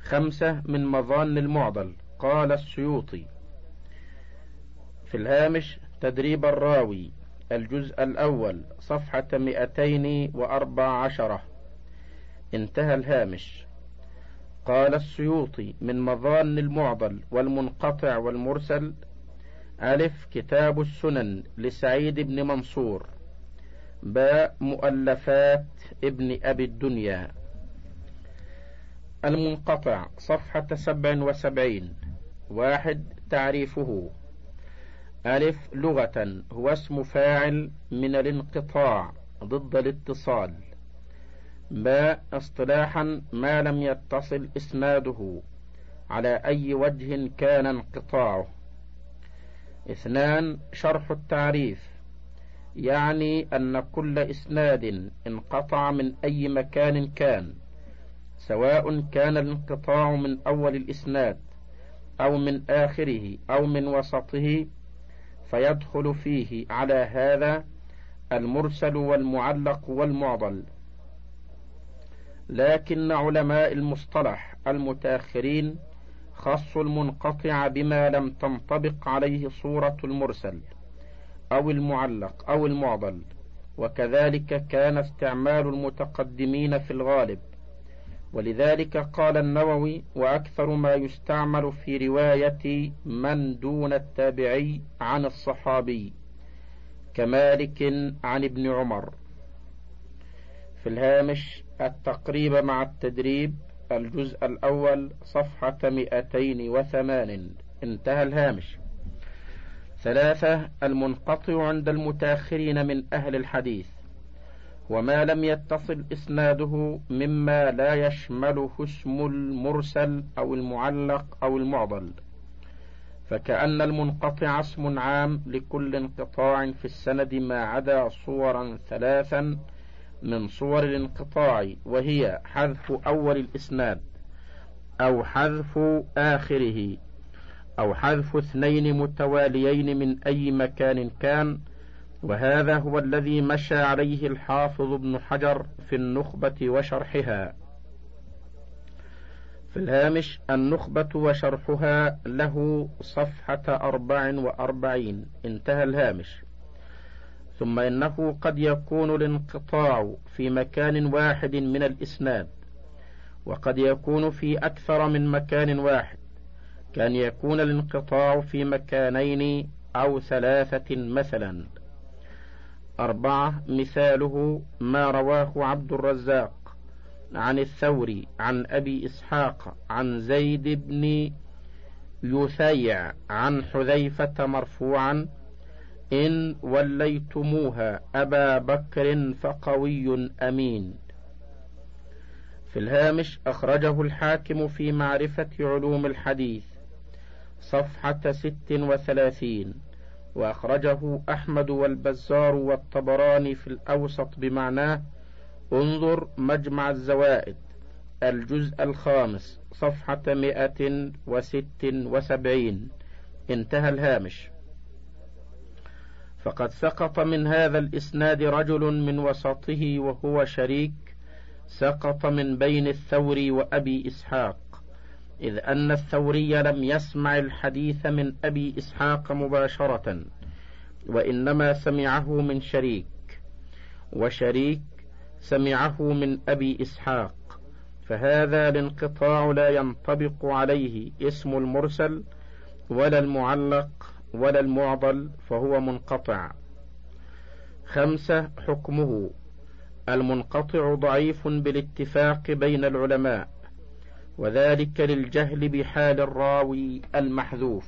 5 من مظان المعضل. قال السيوطي في الهامش: تدريب الراوي، الجزء الأول، صفحة 214. انتهى الهامش. قال السيوطي: من مظان المعضل والمنقطع والمرسل: ألف، كتاب السنن لسعيد بن منصور. باء، مؤلفات ابن أبي الدنيا. المنقطع، صفحة 77. 1. تعريفه: ألف، لغة هو اسم فاعل من الانقطاع ضد الاتصال. باء، اصطلاحا ما لم يتصل إسناده على أي وجه كان انقطاعه. 2. شرح التعريف، يعني أن كل إسناد انقطع من أي مكان كان، سواء كان الانقطاع من أول الإسناد أو من آخره أو من وسطه، فيدخل فيه على هذا المرسل والمعلق والمعضل. لكن علماء المصطلح المتأخرين خصوا المنقطع بما لم تنطبق عليه صورة المرسل أو المعلق أو المعضل، وكذلك كان استعمال المتقدمين في الغالب. ولذلك قال النووي: وأكثر ما يستعمل في رواية من دون التابعي عن الصحابي، كمالك عن ابن عمر. في الهامش: التقريب مع التدريب، الجزء الأول، صفحة 208. انتهى الهامش. 3. المنقطع عند المتأخرين من أهل الحديث: وما لم يتصل إسناده مما لا يشمله اسم المرسل أو المعلق أو المعضل، فكأن المنقطع اسم عام لكل انقطاع في السند ما عدا صورا 3 من صور الانقطاع، وهي حذف أول الإسناد أو حذف آخره أو حذف 2 متواليين من أي مكان كان. وهذا هو الذي مشى عليه الحافظ ابن حجر في النخبة وشرحها. في الهامش: النخبة وشرحها له صفحة 44. انتهى الهامش. ثم إنه قد يكون الانقطاع في مكان واحد من الإسناد، وقد يكون في أكثر من مكان واحد، كان يكون الانقطاع في مكانين أو 3 مثلا. 4. مثاله ما رواه عبد الرزاق عن الثوري عن أبي إسحاق عن زيد بن يثيع عن حذيفة مرفوعا: إن وليتموها أبا بكر فقوي أمين. في الهامش: أخرجه الحاكم في معرفة علوم الحديث، صفحة 36. وأخرجه أحمد والبزار والطبراني في الأوسط بمعناه، انظر مجمع الزوائد، الجزء الخامس، صفحة 176. انتهى الهامش. فقد سقط من هذا الإسناد رجل من وسطه وهو شريك، سقط من بين الثوري وأبي إسحاق، إذ أن الثوري لم يسمع الحديث من أبي إسحاق مباشرة، وإنما سمعه من شريك، وشريك سمعه من أبي إسحاق، فهذا الانقطاع لا ينطبق عليه اسم المرسل ولا المعلق ولا المعضل، فهو منقطع. 5. حكمه: المنقطع ضعيف بالاتفاق بين العلماء، وذلك للجهل بحال الراوي المحذوف.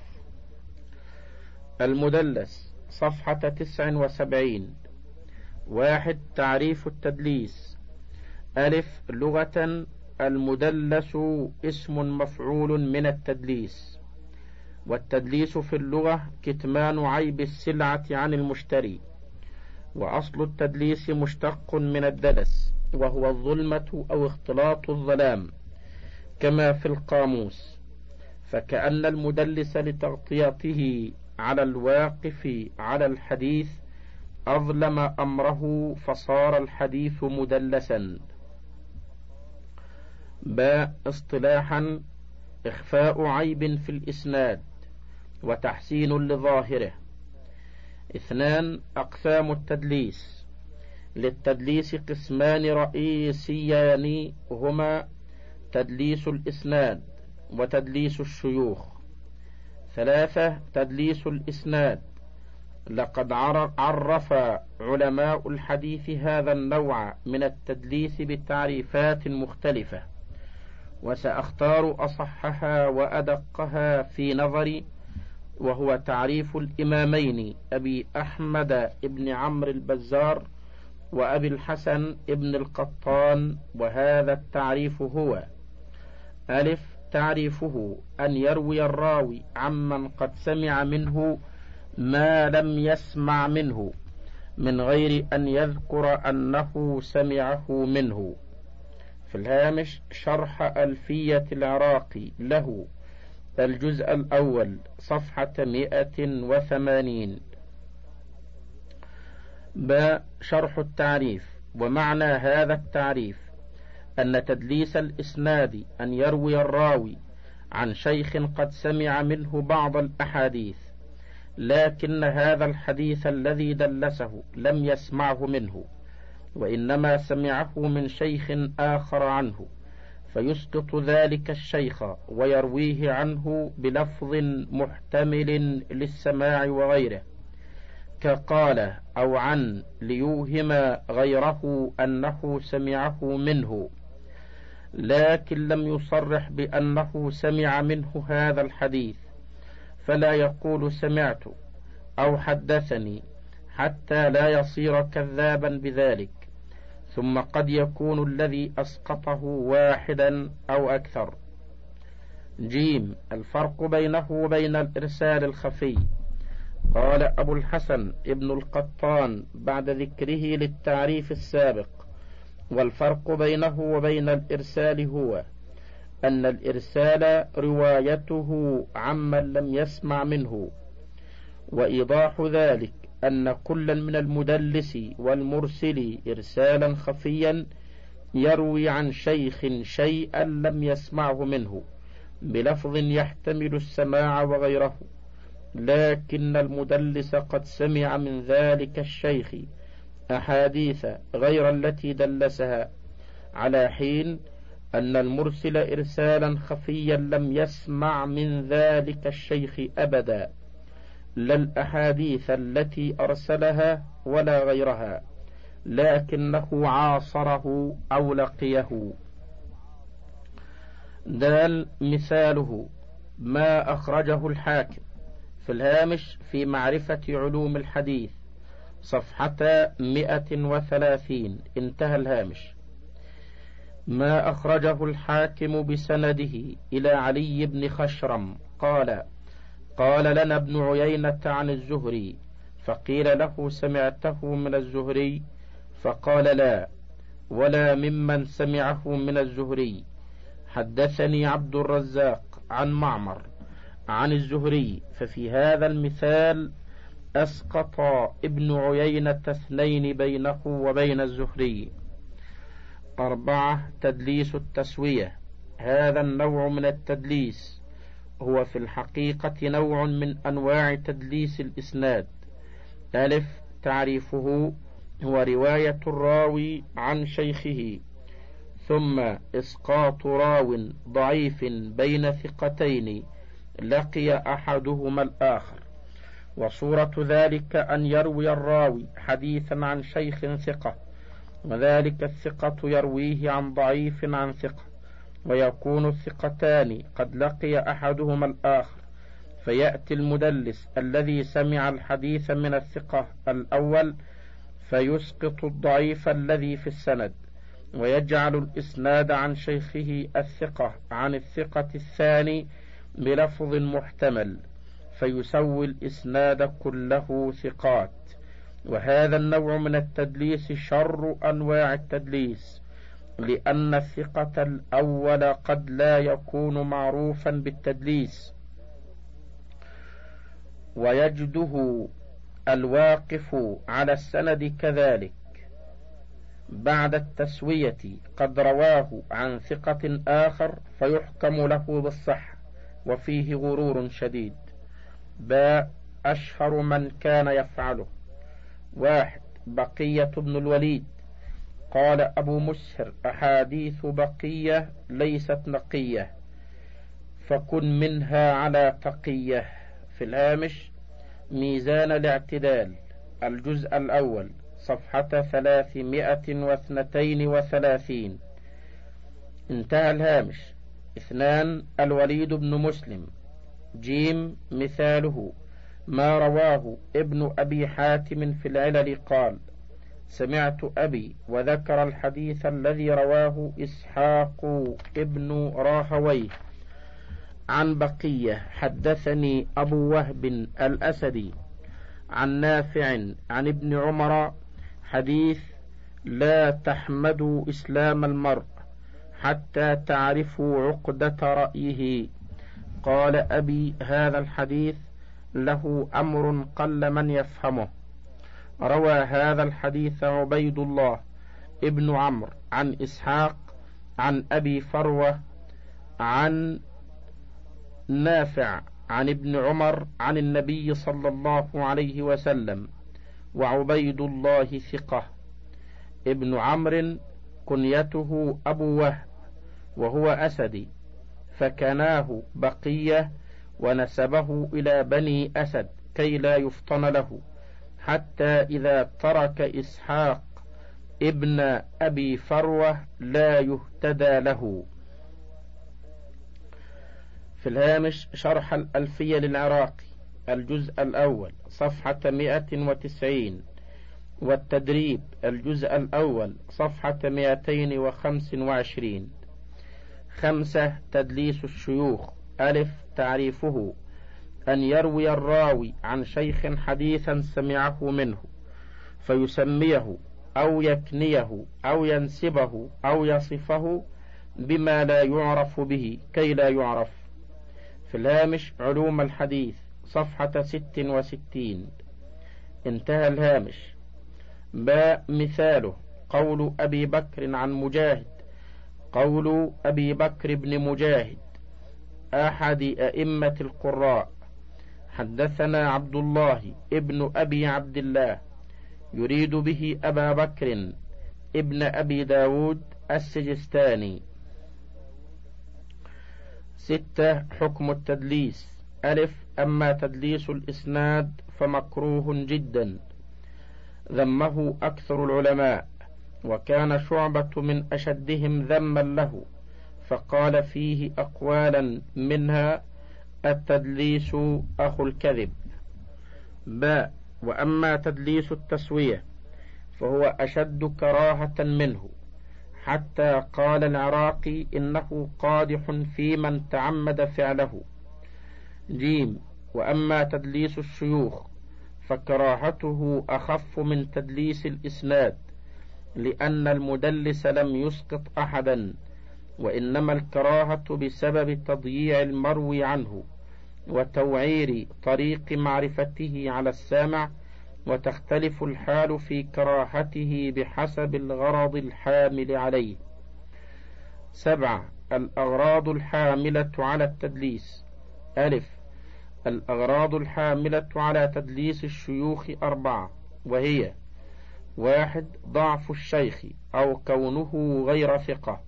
المدلس، صفحة 79. 1. تعريف التدليس: ألف، لغة المدلس اسم مفعول من التدليس، والتدليس في اللغة كتمان عيب السلعة عن المشتري، وأصل التدليس مشتق من الدلس، وهو الظلمة أو اختلاط الظلام كما في القاموس، فكأن المدلس لتغطيته على الواقف على الحديث أظلم أمره فصار الحديث مدلسا. باء اصطلاحا إخفاء عيب في الإسناد وتحسين لظاهره. 2. أقسام التدليس. للتدليس قسمان رئيسيان هما تدليس الإسناد وتدليس الشيوخ. 3. تدليس الإسناد. لقد عرف علماء الحديث هذا النوع من التدليس بتعريفات مختلفة، وسأختار أصحها وأدقها في نظري، وهو تعريف الإمامين أبي أحمد ابن عمرو البزار وأبي الحسن ابن القطان. وهذا التعريف هو: ألف، تعريفه أن يروي الراوي عمن قد سمع منه ما لم يسمع منه من غير أن يذكر أنه سمعه منه. في الهامش شرح ألفية العراقي له، الجزء الأول، صفحة 180. شرح التعريف. ومعنى هذا التعريف أن تدليس الإسناد أن يروي الراوي عن شيخ قد سمع منه بعض الأحاديث، لكن هذا الحديث الذي دلسه لم يسمعه منه، وإنما سمعه من شيخ آخر عنه، فيسقط ذلك الشيخ ويرويه عنه بلفظ محتمل للسماع وغيره، كقال أو عن، ليوهم غيره أنه سمعه منه، لكن لم يصرح بأنه سمع منه هذا الحديث، فلا يقول سمعت أو حدثني حتى لا يصير كذابا بذلك. ثم قد يكون الذي أسقطه واحدا أو أكثر. جيم، الفرق بينه وبين الإرسال الخفي. قال أبو الحسن ابن القطان بعد ذكره للتعريف السابق: والفرق بينه وبين الإرسال هو أن الإرسال روايته عمن لم يسمع منه، وإيضاح ذلك أن كل من المدلس والمرسل إرسالا خفيا يروي عن شيخ شيئا لم يسمعه منه بلفظ يحتمل السماع وغيره، لكن المدلس قد سمع من ذلك الشيخ أحاديث غير التي دلسها، على حين أن المرسل إرسالا خفيا لم يسمع من ذلك الشيخ أبدا، لا الأحاديث التي أرسلها ولا غيرها، لكنه عاصره أو لقيه. دال، مثاله ما أخرجه الحاكم. في الهامش في معرفة علوم الحديث، صفحة 130. انتهى الهامش. ما أخرجه الحاكم بسنده إلى علي بن خشرم قال لنا ابن عيينة عن الزهري، فقيل له سمعته من الزهري؟ فقال لا، ولا ممن سمعه من الزهري. حدثني عبد الرزاق عن معمر عن الزهري. ففي هذا المثال أسقط ابن عيينة اثنين بينه وبين الزهري. 4. تدليس التسوية. هذا النوع من التدليس هو في الحقيقة نوع من أنواع تدليس الإسناد. ألف، تعريفه هو رواية الراوي عن شيخه ثم إسقاط راو ضعيف بين ثقتين لقي أحدهما الآخر، وصورة ذلك أن يروي الراوي حديثا عن شيخ ثقة، وذلك الثقة يرويه عن ضعيف عن ثقة، ويكون الثقتان قد لقي أحدهما الآخر، فيأتي المدلس الذي سمع الحديث من الثقة الأول فيسقط الضعيف الذي في السند، ويجعل الإسناد عن شيخه الثقة عن الثقة الثاني بلفظ محتمل، فيسوي الإسناد كله ثقات. وهذا النوع من التدليس شر أنواع التدليس، لأن الثقة الأول قد لا يكون معروفا بالتدليس، ويجده الواقف على السند كذلك، بعد التسوية قد رواه عن ثقة آخر فيحكم له بالصحة وفيه غرور شديد. باء أشهر من كان يفعله: 1. بقية بن الوليد، قال أبو مسهر: أحاديث بقية ليست نقية، فكن منها على تقية. في الهامش: ميزان الاعتدال، الجزء الأول، صفحة 332. انتهى الهامش. 2. الوليد بن مسلم. جيم مثاله: ما رواه ابن أبي حاتم في العلل قال: سمعت أبي، وذكر الحديث الذي رواه إسحاق ابن راهويه عن بقية: حدثني أبو وهب الأسدي عن نافع عن ابن عمر حديث: لا تحمدوا إسلام المرء حتى تعرفوا عقدة رأيه. قال أبي: هذا الحديث له أمر قل من يفهمه. روى هذا الحديث عبيد الله ابن عمرو عن إسحاق عن أبي فروة عن نافع عن ابن عمر عن النبي صلى الله عليه وسلم، وعبيد الله ثقة. ابن عمرو كنيته أبو وهب وهو أسدي، فكناه بقية ونسبه إلى بني أسد كي لا يفطن له، حتى إذا ترك إسحاق ابن أبي فروة لا يهتدى له. في الهامش: شرح الألفية للعراقي، الجزء الأول، صفحة 190، والتدريب، الجزء الأول، صفحة 225. 5. تدليس الشيوخ. ألف. تعريفه: أن يروي الراوي عن شيخ حديثا سمعه منه فيسميه أو يكنيه أو ينسبه أو يصفه بما لا يعرف به كي لا يعرف. في الهامش: علوم الحديث، صفحة 66. انتهى الهامش. باء مثاله: قول أبي بكر عن مجاهد. قول أبي بكر بن مجاهد أحد أئمة القراء: حدثنا عبد الله ابن أبي عبد الله، يريد به أبا بكر ابن أبي داود السجستاني. 6. حكم التدليس. ألف. أما تدليس الإسناد فمكروه جدا، ذمه أكثر العلماء، وكان شعبة من أشدهم ذما له، فقال فيه أقوالا منها: التدليس أخو الكذب. باء. وأما تدليس التسوية فهو أشد كراهة منه، حتى قال العراقي: إنه قادح في من تعمد فعله. جيم. وأما تدليس الشيوخ فكراهته أخف من تدليس الإسناد، لأن المدلس لم يسقط أحدا، وإنما الكراهة بسبب تضييع المروي عنه وتوعير طريق معرفته على السامع، وتختلف الحال في كراهته بحسب الغرض الحامل عليه. 7. الأغراض الحاملة على التدليس. ألف. الأغراض الحاملة على تدليس الشيوخ 4، وهي: 1. ضعف الشيخ أو كونه غير ثقة.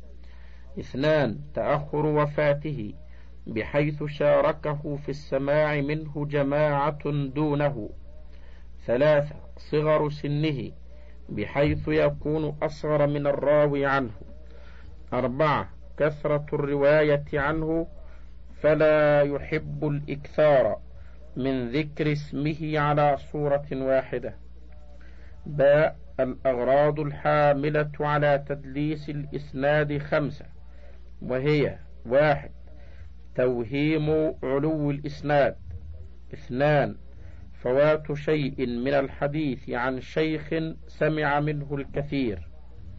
2. تأخر وفاته بحيث شاركه في السماع منه جماعة دونه. 3. صغر سنه بحيث يكون أصغر من الراوي عنه. 4. كثرة الرواية عنه فلا يحب الإكثار من ذكر اسمه على صورة واحدة. باء. الأغراض الحاملة على تدليس الإسناد 5، وهي: 1. توهيم علو الإسناد. 2. فوات شيء من الحديث عن شيخ سمع منه الكثير.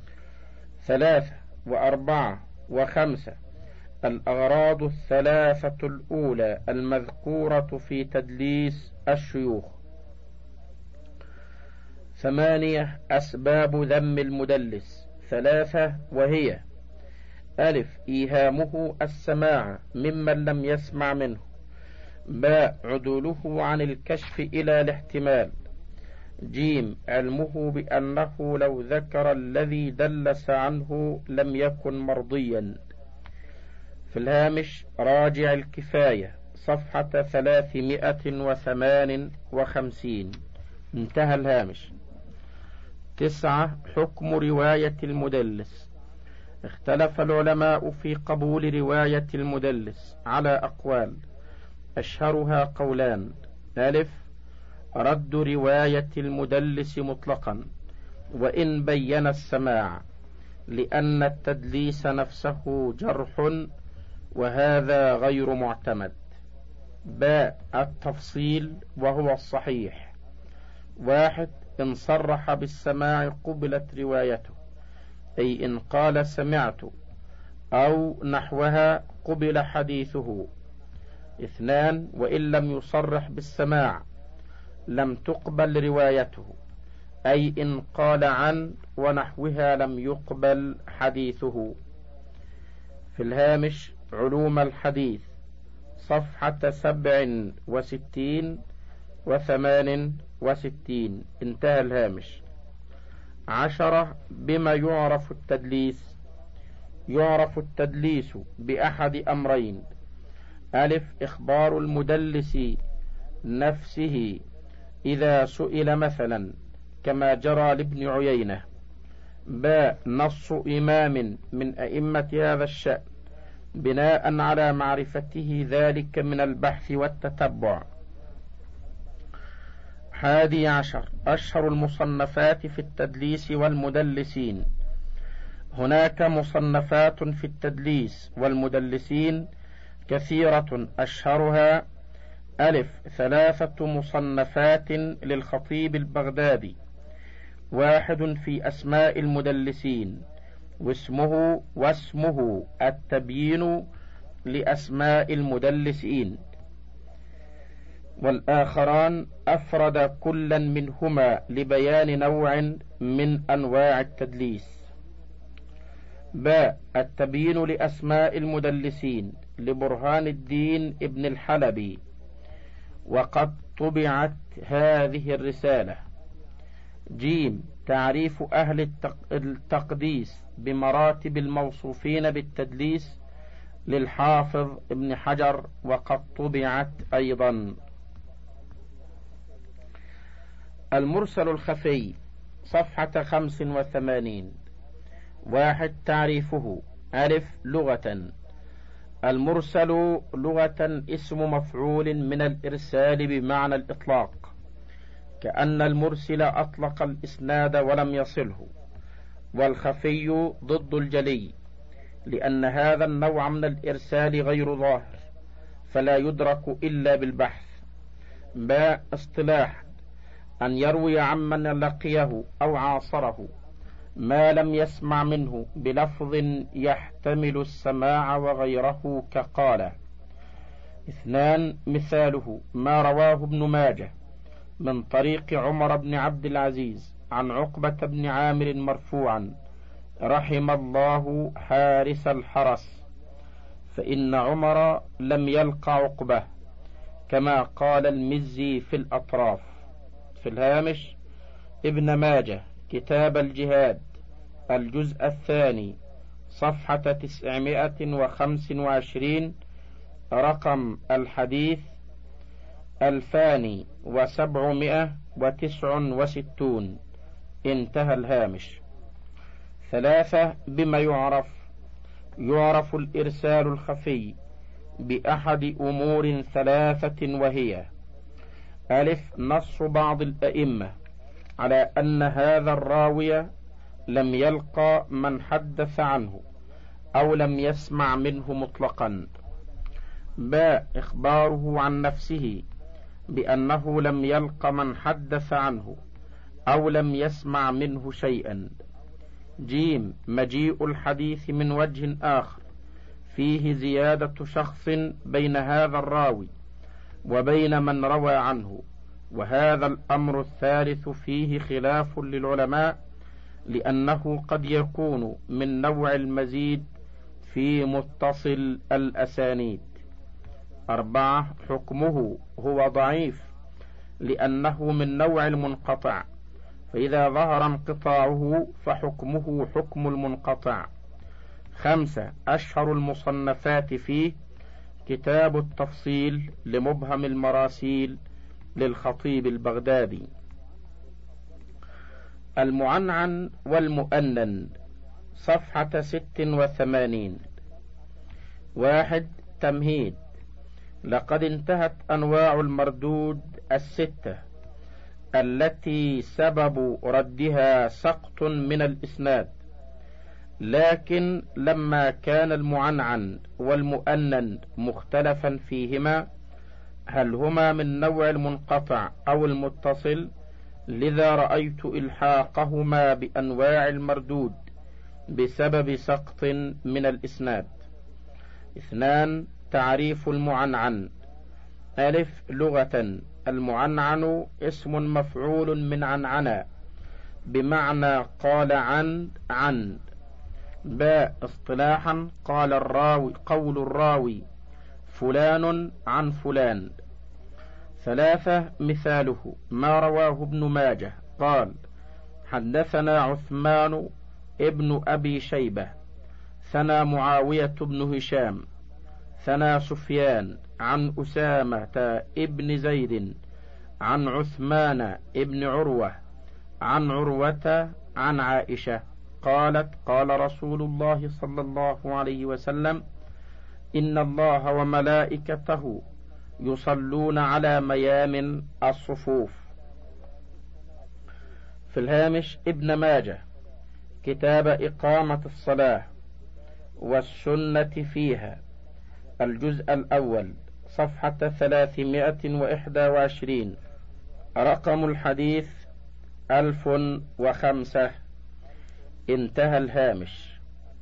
3 و4 و5 الأغراض 3 الأولى المذكورة في تدليس الشيوخ. 8 أسباب ذم المدلس 3 وهي: أ إيهامه السماع ممن لم يسمع منه، ب عدوله عن الكشف إلى الاحتمال، ج علمه بأنه لو ذكر الذي دلس عنه لم يكن مرضيا. في الهامش راجع الكفاية صفحة 358. انتهى الهامش. 9 حكم رواية المدلس. اختلف العلماء في قبول رواية المدلس على أقوال، أشهرها قولان: أ رد رواية المدلس مطلقا وإن بين السماع، لأن التدليس نفسه جرح وهذا غير معتمد. ب التفصيل وهو الصحيح: 1 إن صرح بالسماع قبلت روايته، أي إن قال سمعت أو نحوها قبل حديثه. 2 وإن لم يصرح بالسماع لم تقبل روايته، أي إن قال عن ونحوها لم يقبل حديثه. في الهامش علوم الحديث صفحة 67 و68. انتهى الهامش. 10 بما يعرف التدليس. يعرف التدليس بأحد أمرين: أ إخبار المدلس نفسه إذا سئل مثلا كما جرى لابن عيينة، ب نص إمام من أئمة هذا الشأن بناء على معرفته ذلك من البحث والتتبع. 11 أشهر المصنفات في التدليس والمدلسين. هناك مصنفات في التدليس والمدلسين كثيرة، أشهرها: أ 3 مصنفات للخطيب البغدادي، 1 في أسماء المدلسين واسمه التبيين لأسماء المدلسين، والآخران أفرد كلا منهما لبيان نوع من أنواع التدليس. ب التبيين لأسماء المدلسين لبرهان الدين ابن الحلبي، وقد طبعت هذه الرسالة. ج تعريف أهل التقديس بمراتب الموصوفين بالتدليس للحافظ ابن حجر، وقد طبعت أيضا. المرسل الخفي صفحة 85. 1 تعريفه. أ لغة: المرسل لغة اسم مفعول من الإرسال بمعنى الإطلاق، كأن المرسل أطلق الإسناد ولم يصله. والخفي ضد الجلي، لأن هذا النوع من الإرسال غير ظاهر فلا يدرك إلا بالبحث. ب اصطلاح: أن يروي عمن لقيه أو عاصره ما لم يسمع منه بلفظ يحتمل السماع وغيره كقال. 2 مثاله ما رواه ابن ماجه من طريق عمر بن عبد العزيز عن عقبة بن عامر مرفوعا: رحم الله حارس الحرس، فإن عمر لم يلق عقبة، كما قال المزي في الأطراف. في الهامش ابن ماجه كتاب الجهاد الجزء 2 صفحة 925 رقم الحديث 2769. انتهى الهامش. 3 بما يعرف الإرسال الخفي بأحد أمور 3 وهي: أ نص بعض الأئمة على أن هذا الراوي لم يلقى من حدث عنه أو لم يسمع منه مطلقا. ب إخباره عن نفسه بأنه لم يلق من حدث عنه أو لم يسمع منه شيئا. ج مجيء الحديث من وجه آخر فيه زيادة شخص بين هذا الراوي وبين من روى عنه، وهذا الأمر الثالث فيه خلاف للعلماء، لأنه قد يكون من نوع المزيد في متصل الأسانيد. 4. حكمه هو ضعيف لأنه من نوع المنقطع، فإذا ظهر انقطاعه فحكمه حكم المنقطع. 5. أشهر المصنفات فيه كتاب التفصيل لمبهم المراسيل للخطيب البغدادي. المعنعن والمؤنن، صفحة 86. 1. تمهيد. لقد انتهت أنواع المردود 6 التي سبب ردها سقط من الإسناد، لكن لما كان المعنعن والمؤنن مختلفا فيهما هل هما من نوع المنقطع أو المتصل، لذا رأيت إلحاقهما بأنواع المردود بسبب سقط من الإسناد. 2. تعريف المعنعن. 1. لغة: المعنعن اسم مفعول من عنعنا بمعنى قال عن. باء اصطلاحا: قال الراوي، قول الراوي فلان عن فلان. 3. مثاله: ما رواه ابن ماجه قال: حدثنا عثمان ابن أبي شيبة ثنى معاوية بن هشام ثنى سفيان عن أسامة ابن زيد عن عثمان ابن عروة عن عروة عن عائشة قالت: قال رسول الله صلى الله عليه وسلم: إن الله وملائكته يصلون على ميامن الصفوف. في الهامش: ابن ماجه، كتاب إقامة الصلاة والسنة فيها، الجزء الأول، صفحة 321، رقم الحديث 1005. انتهى الهامش.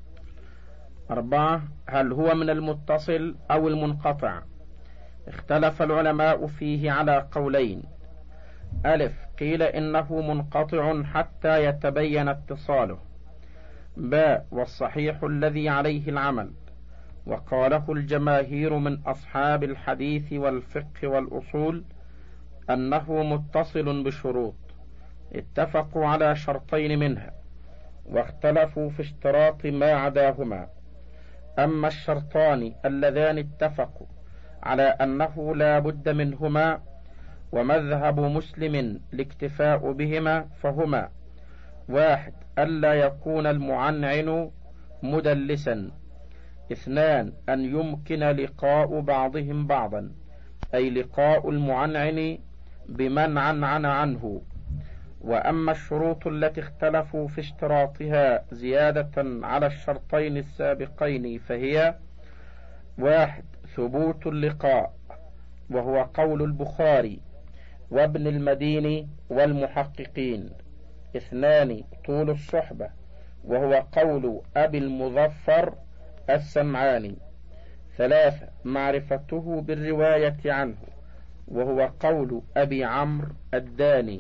4. هل هو من المتصل أو المنقطع؟ اختلف العلماء فيه على قولين. 1. قيل إنه منقطع حتى يتبين اتصاله. ب. والصحيح الذي عليه العمل وقاله الجماهير من أصحاب الحديث والفقه والأصول أنه متصل بشروط، اتفقوا على شرطين منها واختلفوا في اشتراط ما عداهما. أما الشرطان اللذان اتفقوا على أنه لا بد منهما ومذهب مسلم الاكتفاء بهما فهما: 1. ألا يكون المعنعن مدلسا. 2. أن يمكن لقاء بعضهم بعضا، أي لقاء المعنعن بمن عنعن عنه. وأما الشروط التي اختلفوا في اشتراطها زيادة على الشرطين السابقين فهي: 1. ثبوت اللقاء، وهو قول البخاري وابن المديني والمحققين. 2. طول الصحبة، وهو قول أبي المظفر السمعاني. 3. معرفته بالرواية عنه، وهو قول أبي عمرو الداني.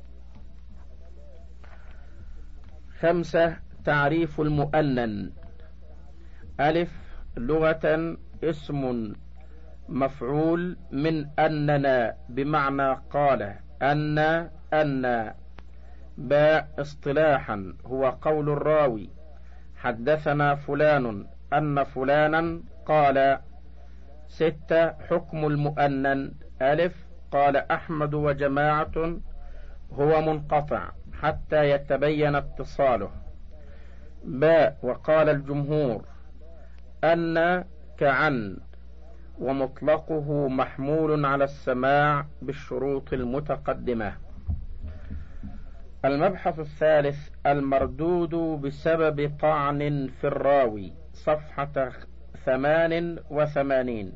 5. تعريف المؤنن. 1. لغة: اسم مفعول من أننا بمعنى قال أن. باء اصطلاحا: هو قول الراوي حدثنا فلان أن فلانا قال. 6. حكم المؤنن. 1. قال أحمد وجماعة: هو منقطع حتى يتبين اتصاله. باء وقال الجمهور: أن كعن، ومطلقه محمول على السماع بالشروط المتقدمة. المبحث الثالث: المردود بسبب طعن في الراوي، صفحة 88.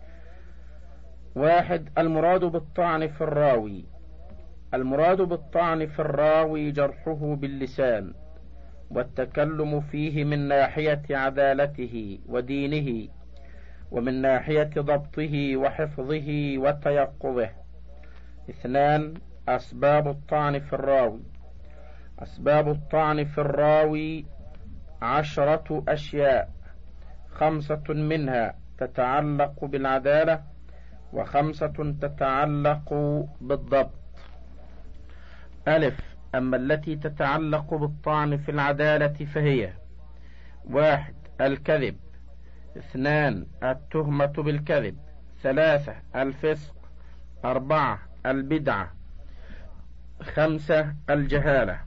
1. المراد بالطعن في الراوي: المراد بالطعن في الراوي جرحه باللسان والتكلم فيه من ناحية عدالته ودينه، ومن ناحية ضبطه وحفظه وتيقظه، 2. أسباب الطعن في الراوي. أسباب الطعن في الراوي 10 أشياء، 5 منها تتعلق بالعدالة و5 تتعلق بالضبط. ألف. أما التي تتعلق بالطعن في العدالة فهي: 1. الكذب. 2. التهمة بالكذب. 3. الفسق. 4. البدعة. 5. الجهالة.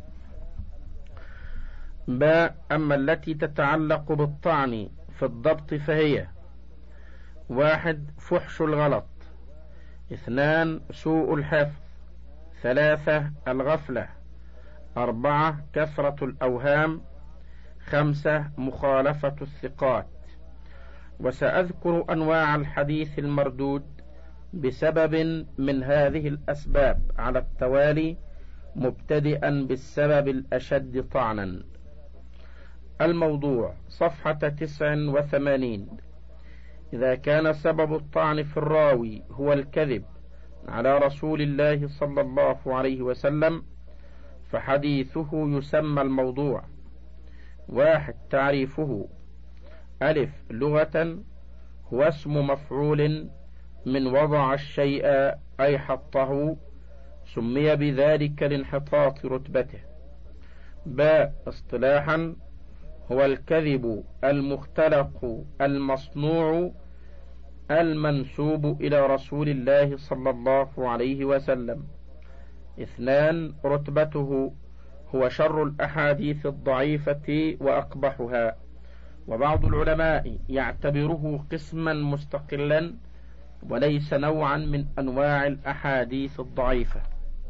باء. أما التي تتعلق بالطعن في الضبط فهي: 1. فحش الغلط. 2. سوء الحفظ. 3. الغفلة. 4. كثرة الأوهام. 5. مخالفة الثقات. وسأذكر أنواع الحديث المردود بسبب من هذه الأسباب على التوالي، مبتدئا بالسبب الأشد طعنا. الموضوع صفحة 89. إذا كان سبب الطعن في الراوي هو الكذب على رسول الله صلى الله عليه وسلم فحديثه يسمى الموضوع. 1. تعريفه: ألف. لغة هو اسم مفعول من وضع الشيء أي حطه، سمي بذلك لانحطاط رتبته. باء. اصطلاحا هو الكذب المختلق المصنوع المنسوب إلى رسول الله صلى الله عليه وسلم. 2. رتبته هو شر الأحاديث الضعيفة وأقبحها، وبعض العلماء يعتبره قسما مستقلا وليس نوعا من أنواع الأحاديث الضعيفة.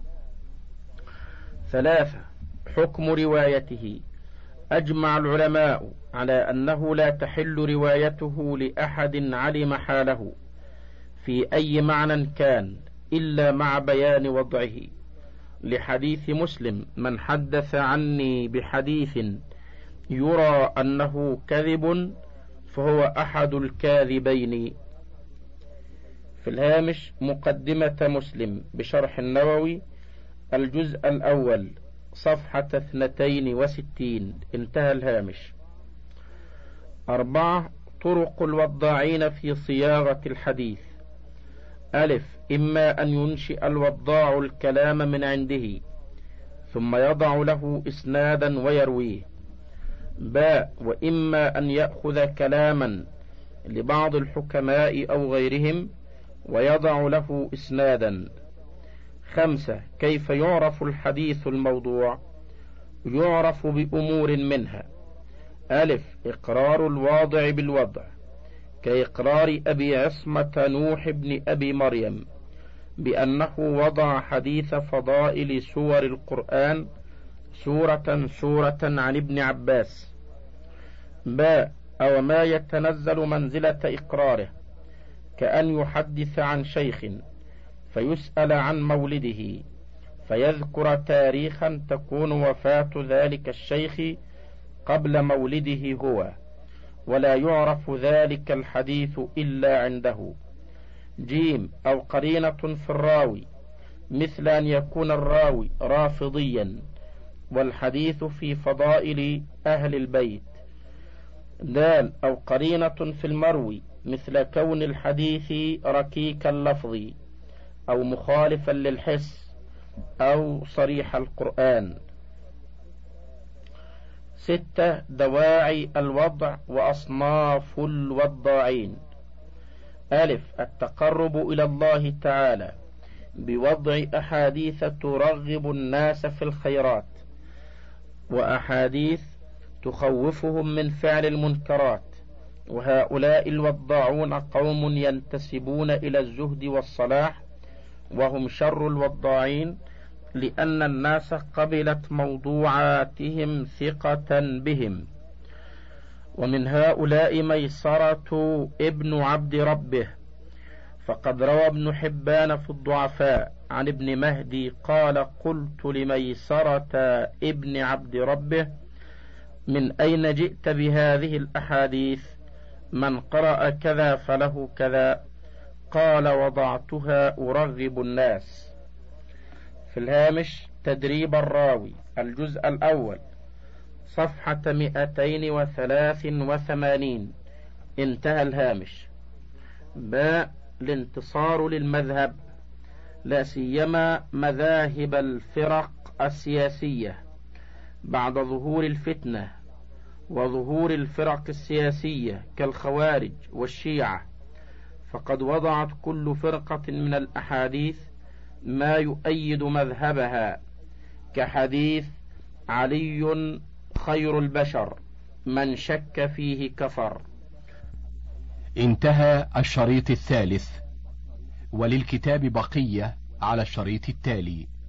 3. حكم روايته: أجمع العلماء على أنه لا تحل روايته لأحد علم حاله في أي معنى كان إلا مع بيان وضعه، لحديث مسلم: من حدث عني بحديث يرى أنه كذب فهو أحد الكاذبين. في الهامش: مقدمة مسلم بشرح النووي، الجزء الأول، صفحة 62. انتهى الهامش. 4. طرق الوضاعين في صياغة الحديث: ألف. إما أن ينشئ الوضاع الكلام من عنده ثم يضع له إسنادا ويرويه. باء. وإما أن يأخذ كلاما لبعض الحكماء أو غيرهم ويضع له إسنادا. 5. كيف يعرف الحديث الموضوع؟ يعرف بأمور منها: ألف. إقرار الواضع بالوضع، كإقرار أبي عصمة نوح بن أبي مريم بأنه وضع حديث فضائل سور القرآن سورة عن ابن عباس. باء. أو ما يتنزل منزلة إقراره، كأن يحدث عن شيخ فيسأل عن مولده فيذكر تاريخا تكون وفاة ذلك الشيخ قبل مولده هو، ولا يعرف ذلك الحديث إلا عنده. جيم. أو قرينة في الراوي، مثل أن يكون الراوي رافضيا والحديث في فضائل أهل البيت. دال. أو قرينة في المروي، مثل كون الحديث ركيك اللفظ أو مخالفا للحس أو صريح القرآن. 6. دواعي الوضع وأصناف الوضاعين: ألف. التقرب إلى الله تعالى بوضع أحاديث ترغب الناس في الخيرات، وأحاديث تخوفهم من فعل المنكرات، وهؤلاء الوضاعون قوم ينتسبون إلى الزهد والصلاح، وهم شر الوضاعين، لأن الناس قبلت موضوعاتهم ثقة بهم. ومن هؤلاء ميسرة ابن عبد ربه، فقد روى ابن حبان في الضعفاء عن ابن مهدي قال: قلت لميسرة ابن عبد ربه: من أين جئت بهذه الأحاديث؟ من قرأ كذا فله كذا. قال وضعتها أرغب الناس. في الهامش تدريب الراوي الجزء الأول صفحة 283. انتهى الهامش. باء الانتصار للمذهب، لا سيما مذاهب الفرق السياسية بعد ظهور الفتنة وظهور الفرق السياسية كالخوارج والشيعة، فقد وضعت كل فرقة من الأحاديث ما يؤيد مذهبها، كحديث علي خير البشر من شك فيه كفر. انتهى الشريط الثالث، وللكتاب بقية على الشريط التالي.